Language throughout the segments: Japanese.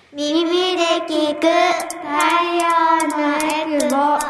耳で聞く太陽のエクボ。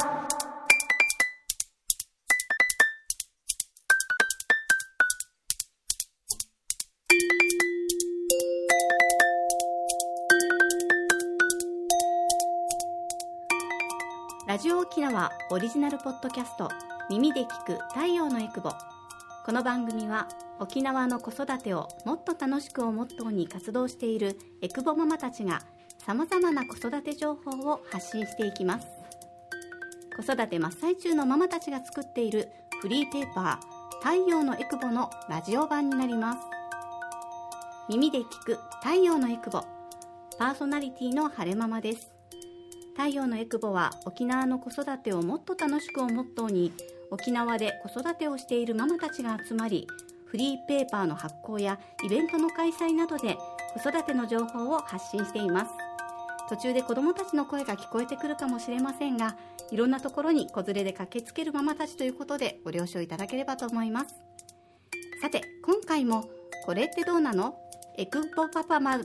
ラジオ沖縄オリジナルポッドキャスト、耳で聞く太陽のエクボ。この番組は沖縄の子育てをもっと楽しくをモットーに活動しているエクボママたちがさまざまな子育て情報を発信していきます。子育て真っ最中のママたちが作っているフリーペーパー太陽のエクボのラジオ版になります。耳で聞く太陽のエクボ、パーソナリティの晴れママです。太陽のエクボは沖縄の子育てをもっと楽しくをモットーに、沖縄で子育てをしているママたちが集まり、フリーペーパーの発行やイベントの開催などで子育ての情報を発信しています。途中で子どもたちの声が聞こえてくるかもしれませんが、いろんなところに子連れで駆けつけるママたちということでご了承いただければと思います。さて今回もこれってどうなの？エクボパパマ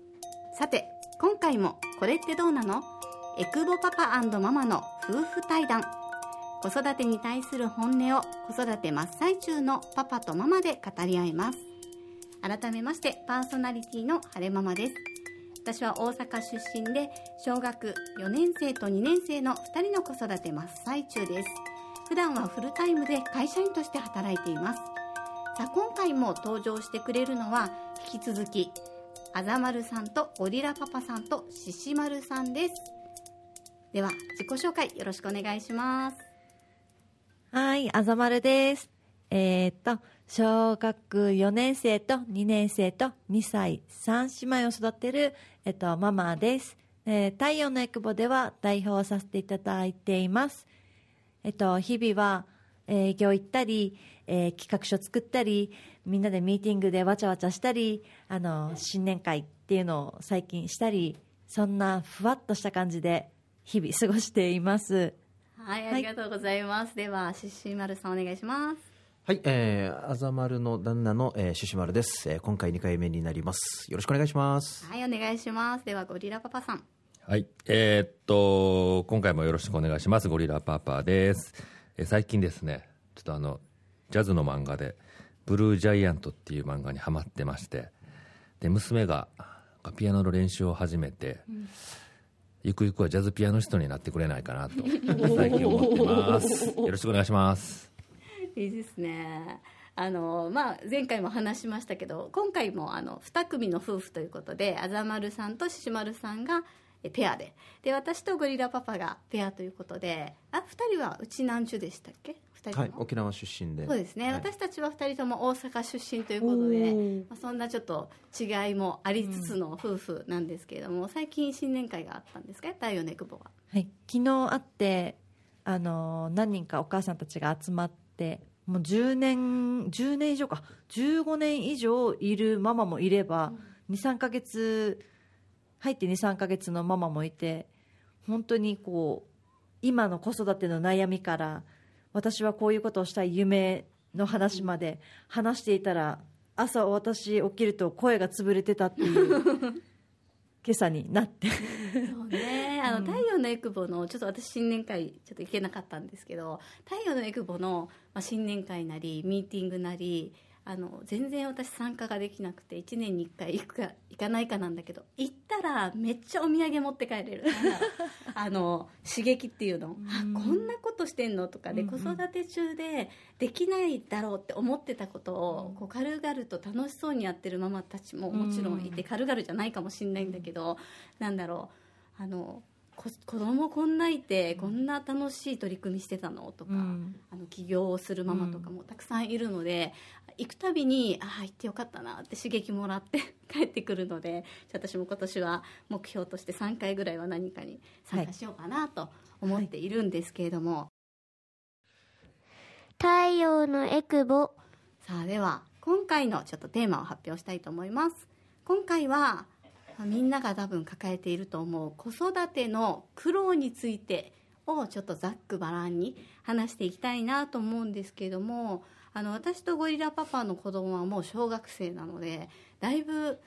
マの夫婦対談。子育てに対する本音を子育て真っ最中のパパとママで語り合います。改めましてパーソナリティの晴れママです。私は大阪出身で小学4年生と2年生の2人の子育て真っ最中です。普段はフルタイムで会社員として働いています。さあ今回も登場してくれるのは引き続きあざまるさんとゴリラパパさんとししまるさんです。では自己紹介よろしくお願いします。 はい、あざまるです。小学4年生と2年生と2歳3姉妹を育てる、ママです。太陽のエクボでは代表をさせていただいています。日々は営業行ったり、企画書作ったり、みんなでミーティングでわちゃわちゃしたり、新年会っていうのを最近したり、そんなふわっとした感じで日々過ごしています。 はい、ありがとうございます。ではししまるさんお願いします。 はい、あざまるの旦那の、ししまるです。今回2回目になります。よろしくお願いします。 はい、お願いします。ではゴリラパパさん。 はい、今回もよろしくお願いします。ゴリラパパです。最近ですね、ちょっとジャズの漫画でブルージャイアントっていう漫画にハマってまして、で娘がピアノの練習を始めて、ゆくゆくはジャズピアノシストになってくれないかなと最近思ってますよろしくお願いします。 いいですね。前回も話しましたけど、今回も2組の夫婦ということで、あざまるさんとししまるさんがペアで、私とゴリラパパがペアということで、2人はうち何中でしたっけ？2人とも、 はい、沖縄出身で。 そうですね、はい、私たちは2人とも大阪出身ということで、そんなちょっと違いもありつつの夫婦なんですけれども、最近新年会があったんですか？太陽のエクボは。 はい、昨日会って何人かお母さんたちが集まって、もう10年以上か15年以上いるママもいれば、2,3 ヶ月入って2、3ヶ月のママもいて、本当に今の子育ての悩みから、私はこういうことをしたい夢の話まで話していたら、朝私起きると声が潰れてたっていう今朝になってそうね、太陽のエクボのちょっと私新年会ちょっと行けなかったんですけど、太陽のエクボの新年会なりミーティングなり、全然私参加ができなくて、1年に1回行くか行かないかなんだけど、行ったらめっちゃお土産持って帰れる刺激っていうの、こんなことしてんのとかで、子育て中でできないだろうって思ってたことを軽々と楽しそうにやってるママたちももちろんいて、軽々じゃないかもしれないんだけど、なんだろう、子供こんないてこんな楽しい取り組みしてたのとか、起業をするママとかもたくさんいるので、行くたびに行ってよかったなって刺激もらって帰ってくるので、私も今年は目標として3回ぐらいは何かに参加しようかなと思っているんですけれども、 太陽のエクボ。 さあでは今回のちょっとテーマを発表したいと思います。今回はみんなが多分抱えていると思う子育ての苦労についてをちょっとざっくばらんに話していきたいなと思うんですけれども、私とゴリラパパの子供はもう小学生なので、だいぶ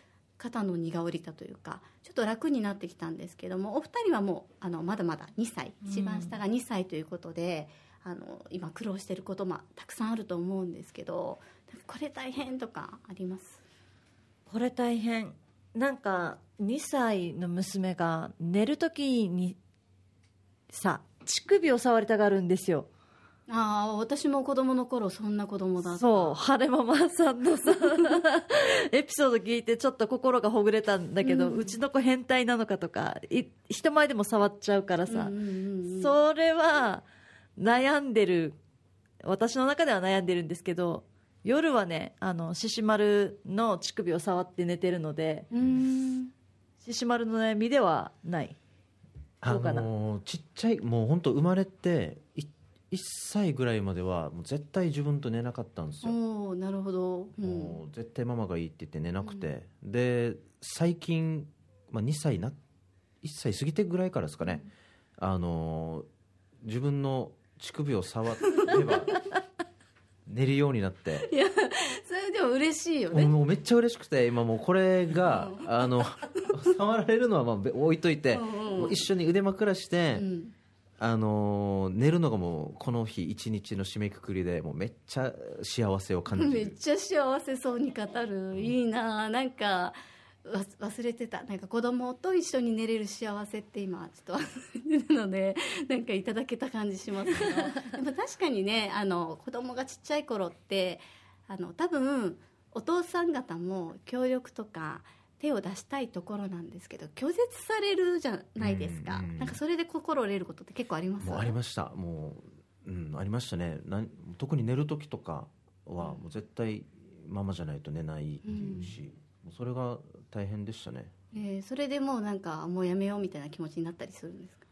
肩の荷が下りたというかちょっと楽になってきたんですけども、お二人はもうまだまだ2歳、一番下が2歳ということで、今苦労していることもたくさんあると思うんですけど、これ大変とかあります？ これ大変。なんか2歳の娘が寝るときにさ、乳首を触りたがるんですよ。 私も子供の頃そんな子供だった。 そう、晴れママさんのさエピソード聞いてちょっと心がほぐれたんだけど、うちの子変態なのかとか人前でも触っちゃうからさ、それは悩んでる、私の中では悩んでるんですけど、夜はね獅子丸の乳首を触って寝てるので、獅子丸の悩みではない。どうかな。 ちっちゃい、もう本当生まれて1歳ぐらいまではもう絶対自分と寝なかったんですよ。 なるほど、 もう絶対ママがいいって言って寝なくて、で最近、1歳過ぎてぐらいからですかね、自分の乳首を触れば寝るようになっていやそれでも嬉しいよね。 もうめっちゃ嬉しくて、今もうこれが触られるのは置いといて、もう一緒に腕枕して、寝るのがもうこの日一日の締めくくりで、もうめっちゃ幸せを感じる。 めっちゃ幸せそうに語る。いいな。なんか忘れてた。なんか子供と一緒に寝れる幸せって今ちょっと忘れてるので、なんかいただけた感じしますけどでも確かにね、子供がちっちゃい頃って多分お父さん方も協力とか手を出したいところなんですけど、拒絶されるじゃないですか。なんかそれで心折れることって結構あります？ もうありました。もう、ありましたね。特に寝る時とかはもう絶対ママじゃないと寝ないっていうし、もうそれが大変でしたね。 それでもうなんかもうやめようみたいな気持ちになったりするんですか？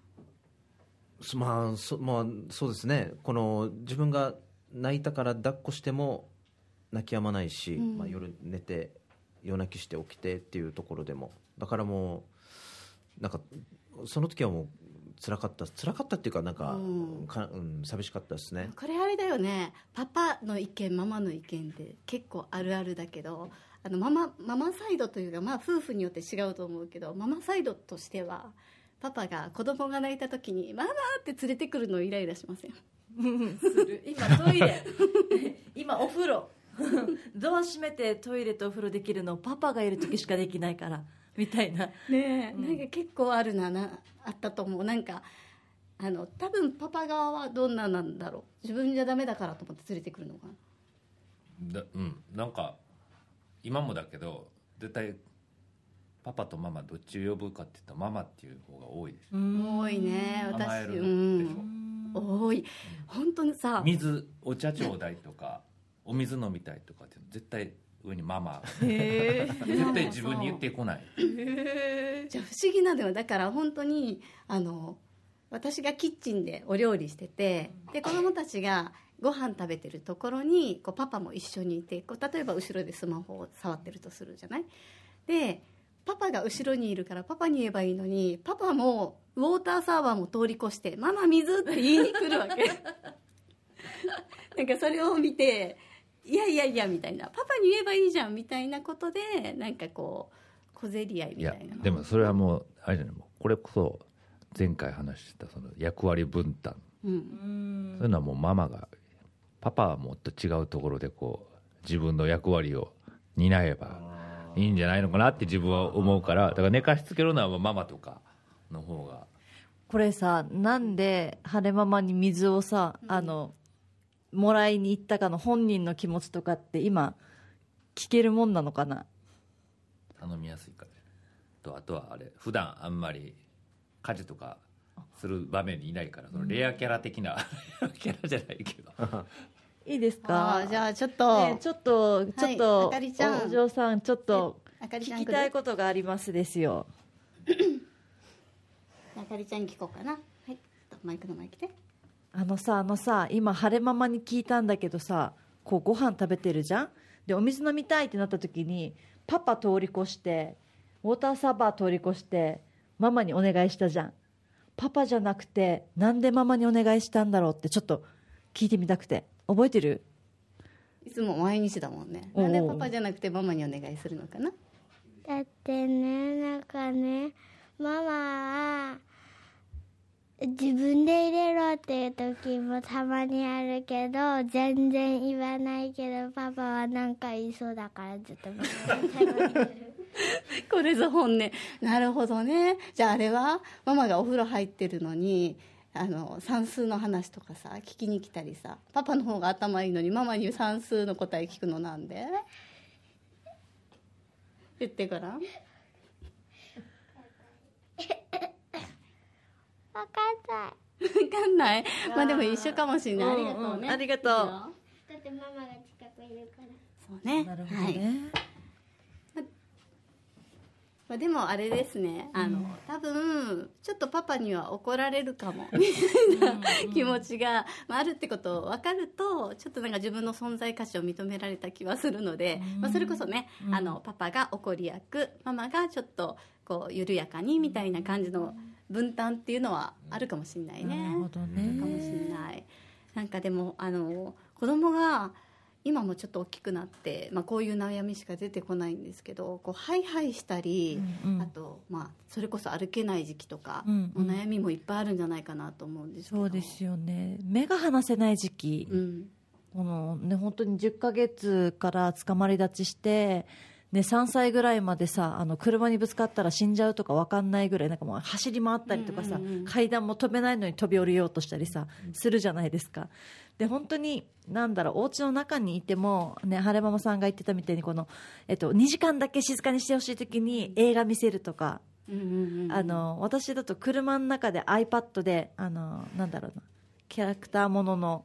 そうですね。この自分が泣いたから抱っこしても泣き止まないし、夜寝て夜泣きして起きてっていうところでも、だからもうなんかその時はもう辛かったっていうか、なんか、寂しかったですね。 これあれだよね、パパの意見ママの意見って結構あるあるだけど、ママサイドというか、夫婦によって違うと思うけど、ママサイドとしてはパパが子供が泣いた時にママって連れてくるのイライラしません？ する。今トイレ今お風呂ドア閉めてトイレとお風呂できるのパパがいる時しかできないからみたいなねえ、なんか結構あったと思う。なんか多分パパ側はどんななんだろう、自分じゃダメだからと思って連れてくるのかな。 なんか今もだけど絶対パパとママどっちを呼ぶかって言ったらママっていう方が多いでしょ。 多いね、私。 甘えるでしょ。 多い。本当にさ、 お茶ちょうだいとかお水飲みたいとかって絶対上にママ絶対自分に言ってこない。 じゃあ不思議なのよ。だから本当に私がキッチンでお料理してて、で子供たちがご飯食べてるところにパパも一緒にいて、例えば後ろでスマホを触ってるとするじゃない。でパパが後ろにいるからパパに言えばいいのに、パパもウォーターサーバーも通り越してママ水って言いに来るわけなんかそれを見て、いやみたいな、パパに言えばいいじゃんみたいなことで、なんか小競り合いみたいな。 いやでもそれはもうあれじゃない、もうこれこそ前回話したその役割分担、そういうのはもうママが、パパはもっと違うところで自分の役割を担えばいいんじゃないのかなって自分は思うから、だから寝かしつけるのはママとかの方が。 これさ、なんで晴れママに水をさ、もらいに行ったかの本人の気持ちとかって今聞けるもんなのかな。 頼みやすいからと、あとはあれ普段あんまり家事とかする場面にいないから、そのレアキャラ的なキャラじゃないけどいいですか。 じゃあちょっと、 ね、ちょっとあかりちゃん、 お嬢さんちょっと聞聞きたいことがありますですよ。 あかりちゃんに聞こうかな。はい、マイクの前来て。 さ今晴れママに聞いたんだけどさ、ご飯食べてるじゃん。でお水飲みたいってなった時にパパ通り越して、ウォーターサーバー通り越してママにお願いしたじゃん。パパじゃなくてなんでママにお願いしたんだろうってちょっと聞いてみたくて。覚えてる？ いつも毎日だもんね。なんでパパじゃなくてママにお願いするのかな。 だってね、なんかね、ママは自分で入れろっていう時もたまにあるけど、全然言わないけど、パパはなんか言いそうだからずっとママが頼んでる。 これぞ本音。なるほどね。じゃああれはママがお風呂入ってるのに算数の話とかさ聞きに来たりさ、パパの方が頭いいのにママに算数の答え聞くのなんで？言ってごらん。 わかんない。 分かんない。まあでも一緒かもしれない。ありがとうね。 ありがとう。 だってママが近くいるから。 そうね。 なるほどね、 はい。まあ、でもあれですね、多分ちょっとパパには怒られるかもみたいな気持ちが、あるってことを分かると、ちょっとなんか自分の存在価値を認められた気はするので、それこそね、パパが怒り役、ママがちょっとこう緩やかにみたいな感じの分担っていうのはあるかもしれないね。 なるほどね。 かもしれない。なんかでも子供が今もちょっと大きくなって、こういう悩みしか出てこないんですけど、こうハイハイしたり、あと、それこそ歩けない時期とか、お悩みもいっぱいあるんじゃないかなと思うんですけど。 そうですよね。目が離せない時期、このね、本当に10ヶ月から捕まり立ちして、ね、3歳ぐらいまでさ、車にぶつかったら死んじゃうとか分かんないぐらい、なんかもう走り回ったりとかさ、階段も飛べないのに飛び降りようとしたりさ、するじゃないですか。で本当にお家の中にいても、ね、晴れママさんが言ってたみたいに2時間だけ静かにしてほしい時に映画見せるとか、私だと車の中で iPad でキャラクターものの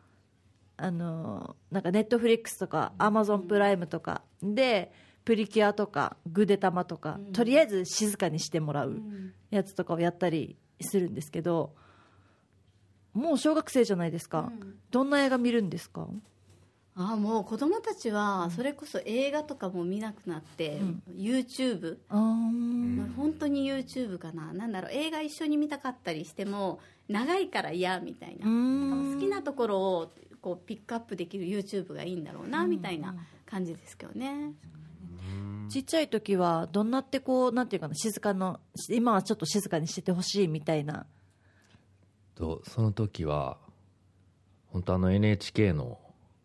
なんかネットフリックスとかアマゾンプライムとかでプリキュアとかグデタマとか、とりあえず静かにしてもらうやつとかをやったりするんですけど、もう小学生じゃないですか、どんな映画見るんですか？ もう子供たちはそれこそ映画とかも見なくなって、YouTube、本当に YouTube かな。映画一緒に見たかったりしても長いから嫌みたいな、好きなところをこうピックアップできる YouTube がいいんだろうなみたいな感じですけどね。 ちっちゃい時はどんなってなんていうかな、今はちょっと静かにしててほしいみたいな。 その時は本当NHK の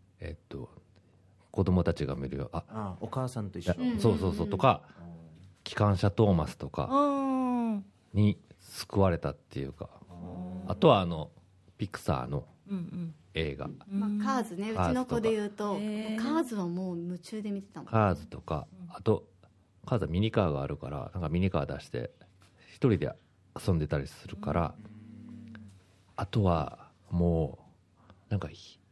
子供たちが見るお母さんと一緒、 そうとか、機関車トーマスとかに救われたっていうか、あとはピクサーの映画、 カーズね、うちの子でいうとカーズはもう夢中で見てたもん。 カーズとか、あとカーズはミニカーがあるから、なんかミニカー出して一人で遊んでたりするから、あとはもうなんか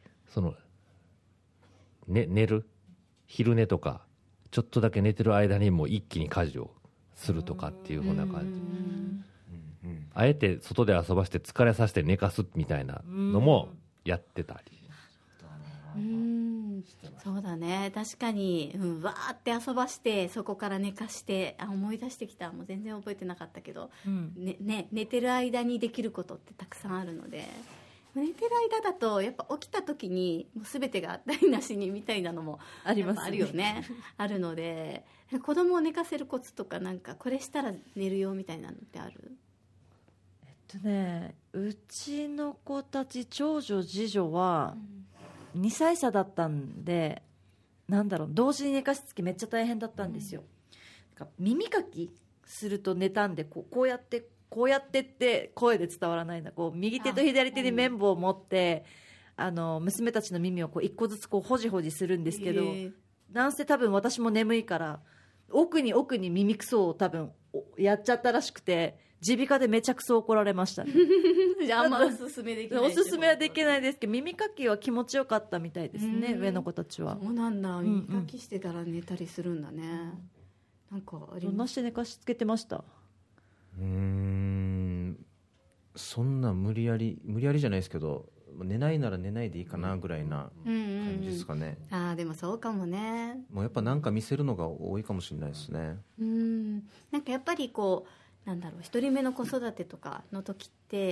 寝る昼寝とかちょっとだけ寝てる間にもう一気に家事をするとかっていう風な感じ、あえて外で遊ばして疲れさせて寝かすみたいなのもやってたり。 そうだね、確かに、わーって遊ばしてそこから寝かして、思い出してきた。もう全然覚えてなかったけど、寝てる間にできることってたくさんあるので、寝てる間だとやっぱ起きた時にもう全てが台無しにみたいなのもありますね。 あるよねあるので、子供を寝かせるコツとか、なんかこれしたら寝るよみたいなのってある？ うちの子たち長女次女は2歳差だったんで、同時に寝かしつきめっちゃ大変だったんですよ。耳かきすると寝たんで、こうやってって声で伝わらないんだ。右手と左手に綿棒を持って、娘たちの耳を一個ずつほじほじするんですけど、なんせ多分私も眠いから奥に耳くそを多分やっちゃったらしくて、耳鼻科でめちゃくそ怒られましたねじゃああんまおすすめできない。 おすすめはできないですけど、耳かきは気持ちよかったみたいですね、上の子たちは。 そうなんだ、耳かきしてから寝たりするんだね。なんかどんなして寝かしつけてました？ そんな無理やりじゃないですけど、寝ないなら寝ないでいいかなぐらいな感じですかね。 でもそうかもね。 もうやっぱなんか見せるのが多いかもしれないですね。 なんかやっぱり一人目の子育てとかの時って、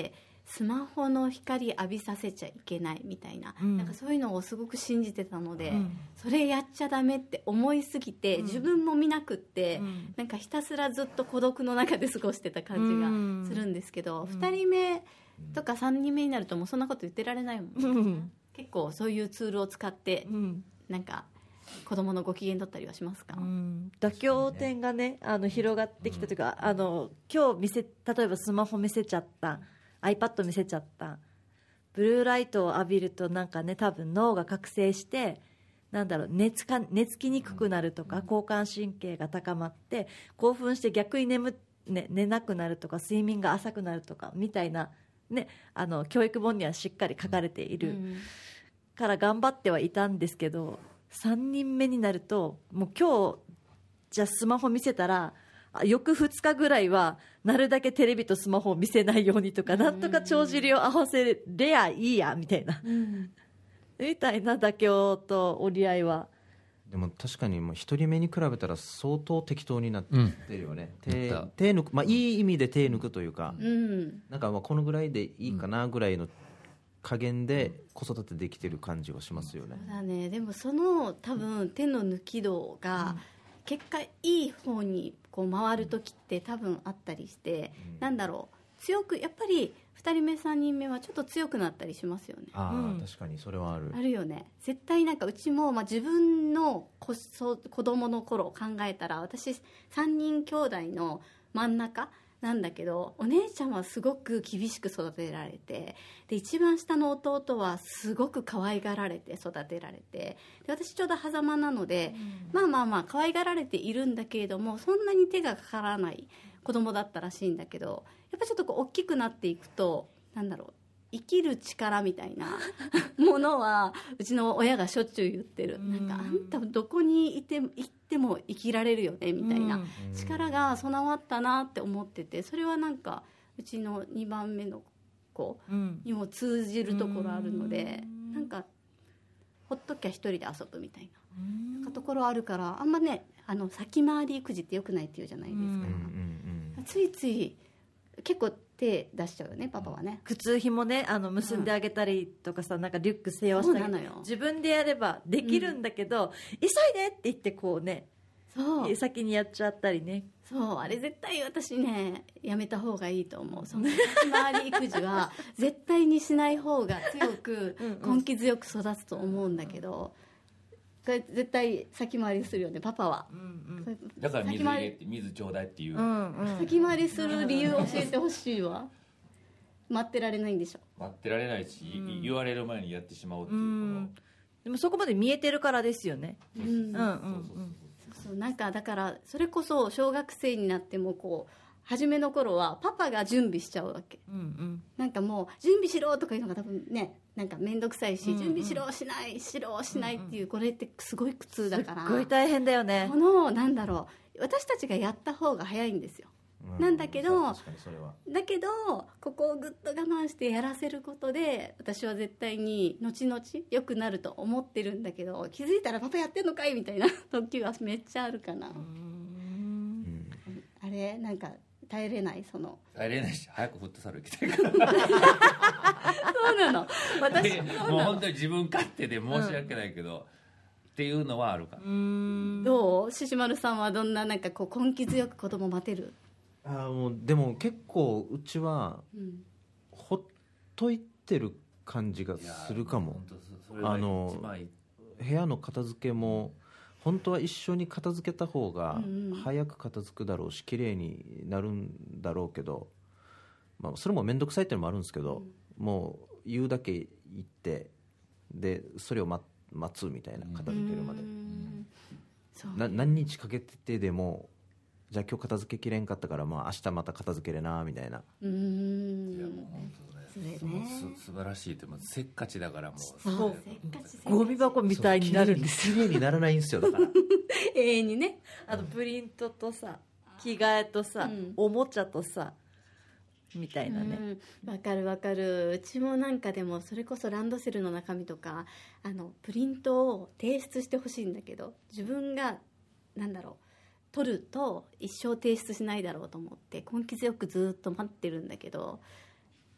スマホの光浴びさせちゃいけないみたいな、なんかそういうのをすごく信じてたので、それやっちゃダメって思いすぎて、自分も見なくって、なんかひたすらずっと孤独の中で過ごしてた感じがするんですけど、2人目とか3人目になるともうそんなこと言ってられないもん、結構そういうツールを使って、なんか子供のご機嫌取ったりはしますか？ 妥協点がね、広がってきたというか、今日例えばスマホ見せちゃった、iPad 見せちゃった、ブルーライトを浴びるとなんかね、多分脳が覚醒して、なんだろう、寝つきにくくなるとか、交感神経が高まって興奮して逆に寝なくなるとか、睡眠が浅くなるとかみたいなね、教育本にはしっかり書かれているから頑張ってはいたんですけど、3人目になるともう今日じゃあスマホ見せたら翌2日ぐらいはなるだけテレビとスマホを見せないようにとか、なんとか帳尻を合わせれやいいやみたいな、みたいな妥協と折り合いは。 でも確かにもう1人目に比べたら相当適当になってるよね、手抜く、いい意味で手抜くというか、なんかこのぐらいでいいかなぐらいの加減で子育てできてる感じはしますよね。 そうだね。でもその多分手の抜き度が結果いい方にこう回る時って多分あったりして、なんだろう、強くやっぱり2人目3人目はちょっと強くなったりしますよね。 確かにそれはあるよね。絶対なんかうちも、自分の子供の頃を考えたら、私3人兄弟の真ん中なんだけど、お姉ちゃんはすごく厳しく育てられて、で一番下の弟はすごく可愛がられて育てられて、で私ちょうど狭間なので、可愛がられているんだけれども、そんなに手がかからない子供だったらしいんだけど、やっぱちょっとこう大きくなっていくと、なんだろう、生きる力みたいなものはうちの親がしょっちゅう言ってる。なんかあんたどこに行っても生きられるよねみたいな力が備わったなって思ってて、それはなんかうちの2番目の子にも通じるところあるので、なんかほっときゃ一人で遊ぶみたいなところあるから、あんまね、先回り育児ってよくないっていうじゃないですか。ついつい結構手出しちゃうよね、パパはね。 靴ひもね、結んであげたりとかさ、なんかリュック背負わせたり、自分でやればできるんだけど、急いでって言ってこうね、先にやっちゃったりね。 そう、あれ絶対私ね、やめた方がいいと思う。その先回り育児は絶対にしない方が強く根気強く育つと思うんだけど、これ絶対先回りするよね、パパは。 だから水入れて水ちょうだいっていう、 先回りする理由教えてほしいわ。待ってられないんでしょ。 待ってられないし、言われる前にやってしまおうっていう、 でもそこまで見えてるからですよね。 そうなんかだからそれこそ小学生になってもこう初めの頃はパパが準備しちゃうわけ、なんかもう準備しろとかいうのが多分ね、なんか面倒くさいし、準備しろしないっていう、これってすごい苦痛だから、 すごい大変だよね。 このなんだろう、私たちがやった方が早いんですよ。なんだけどここをぐっと我慢してやらせることで、私は絶対に後々良くなると思ってるんだけど、気づいたらパパやってんのかいみたいな時はめっちゃあるかな。あれなんか耐えれないし、 早くフットサル行きたいからそうなの、私もう本当に自分勝手で申し訳ないけど、っていうのはあるから。 どう、ししまるさんはどんな、なんかこう根気強く子供待てる？ でも結構うちはほっといてる感じがするかも。部屋の片付けも本当は一緒に片付けた方が早く片付くだろうし、綺麗になるんだろうけど、それも面倒くさいっていうのもあるんですけど、もう言うだけ言って、でそれを待つみたいな、片付けるまで。何日かけてでも、じゃあ今日片付けきれんかったから明日また片付けれなみたいな。 いやもう本当ね、素晴らしいって、せっかちだからもうゴミ箱みたいになるんですよ。 綺麗にならないんですよ、だから永遠にね。 プリントとさ、着替えとさ、おもちゃとさみたいなね。 わかる。うちもなんかでもそれこそランドセルの中身とかプリントを提出してほしいんだけど、自分がなんだろう、取ると一生提出しないだろうと思って根気強くずっと待ってるんだけど、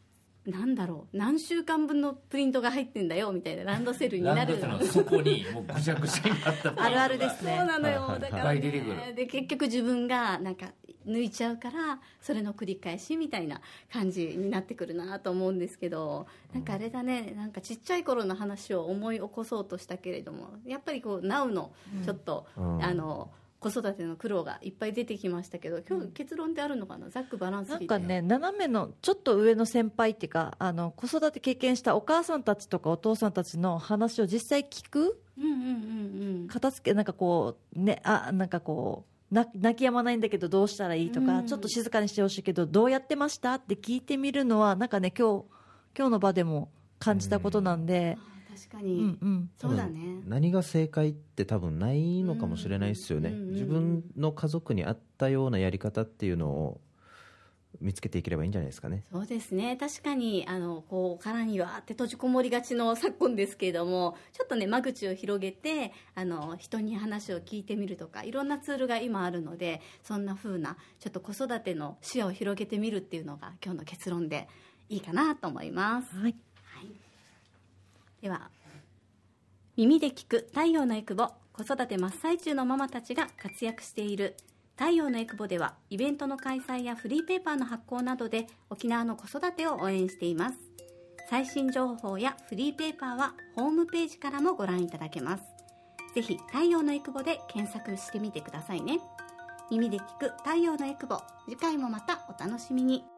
なんだろう、何週間分のプリントが入ってんだよみたいな、ランドセルになるランドセルの底にもうぐしゃぐしゃになったあるあるですね。 そうなのよ、だから、 いっぱい出てくるで結局自分がなんか抜いちゃうから、それの繰り返しみたいな感じになってくるなと思うんですけど、なんかあれだね、なんかちっちゃい頃の話を思い起こそうとしたけれども、やっぱりこう NOW のちょっと、子育ての苦労がいっぱい出てきましたけど、今日結論ってあるのかな、ざっくバランスなんかね、斜めのちょっと上の先輩っていうか、子育て経験したお母さんたちとかお父さんたちの話を実際聞く、片付け、なんかこうね、なんかこう泣き止まないんだけどどうしたらいいとか、ちょっと静かにしてほしいけどどうやってましたって聞いてみるのは、なんかね、今日の場でも感じたことなんで、 確かに、そうだね。 何が正解って多分ないのかもしれないですよね。自分の家族に合ったようなやり方っていうのを見つけていければいいんじゃないですかね。 そうですね、確かにこう殻にはって閉じこもりがちの昨今ですけれども、ちょっとね間口を広げて人に話を聞いてみるとか、いろんなツールが今あるので、そんな風なちょっと子育ての視野を広げてみるっていうのが今日の結論でいいかなと思います。 はい、 では、耳で聞く太陽のエクボ、子育て真っ最中のママたちが活躍している太陽のエクボでは、イベントの開催やフリーペーパーの発行などで沖縄の子育てを応援しています。最新情報やフリーペーパーはホームページからもご覧いただけます。ぜひ太陽のエクボで検索してみてくださいね。耳で聞く太陽のエクボ、次回もまたお楽しみに。